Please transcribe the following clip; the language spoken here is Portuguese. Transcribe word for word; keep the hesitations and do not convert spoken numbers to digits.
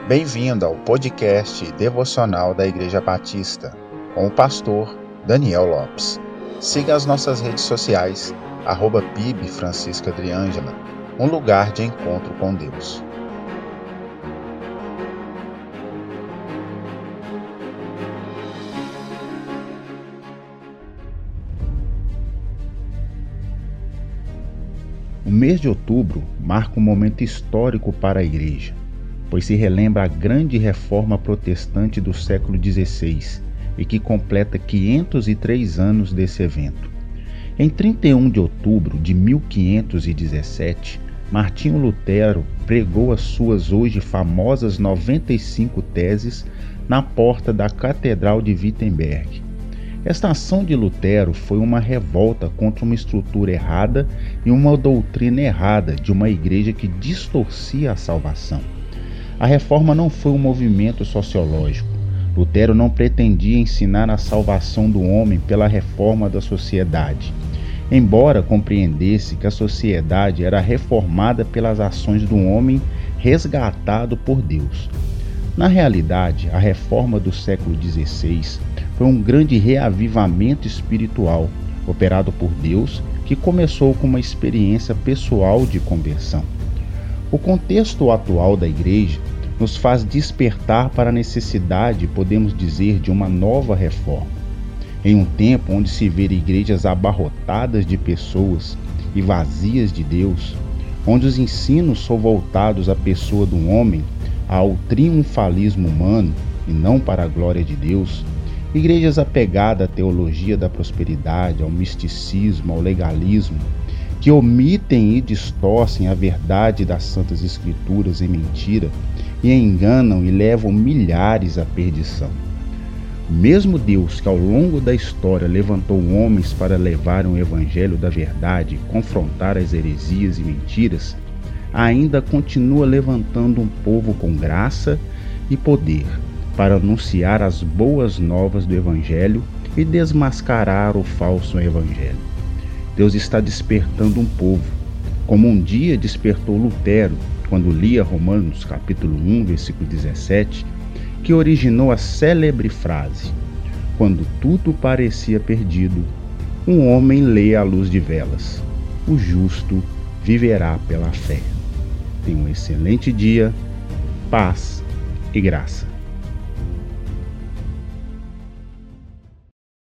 Bem-vindo ao podcast devocional da Igreja Batista, com o pastor Daniel Lopes. Siga as nossas redes sociais, arroba P I B Francisca Adriângela, um lugar de encontro com Deus. O mês de outubro marca um momento histórico para a Igreja, pois se relembra a grande reforma protestante do século dezesseis e que completa quinhentos e três anos desse evento. Em trinta e um de outubro de mil quinhentos e dezessete, Martinho Lutero pregou as suas hoje famosas noventa e cinco teses na porta da Catedral de Wittenberg. Esta ação de Lutero foi uma revolta contra uma estrutura errada e uma doutrina errada de uma igreja que distorcia a salvação. A reforma não foi um movimento sociológico. Lutero não pretendia ensinar a salvação do homem pela reforma da sociedade, embora compreendesse que a sociedade era reformada pelas ações do homem resgatado por Deus. Na realidade, a reforma do século dezesseis foi um grande reavivamento espiritual, operado por Deus, que começou com uma experiência pessoal de conversão. O contexto atual da Igreja nos faz despertar para a necessidade, podemos dizer, de uma nova reforma. Em um tempo onde se vê igrejas abarrotadas de pessoas e vazias de Deus, onde os ensinos são voltados à pessoa do homem, ao triunfalismo humano e não para a glória de Deus, igrejas apegadas à teologia da prosperidade, ao misticismo, ao legalismo, que omitem e distorcem a verdade das Santas Escrituras em mentira e enganam e levam milhares à perdição. O mesmo Deus que ao longo da história levantou homens para levar o evangelho da verdade e confrontar as heresias e mentiras, ainda continua levantando um povo com graça e poder para anunciar as boas novas do evangelho e desmascarar o falso evangelho. Deus está despertando um povo, como um dia despertou Lutero, quando lia Romanos capítulo um, versículo dezessete, que originou a célebre frase: quando tudo parecia perdido, um homem lê a luz de velas, o justo viverá pela fé. Tenha um excelente dia, paz e graça.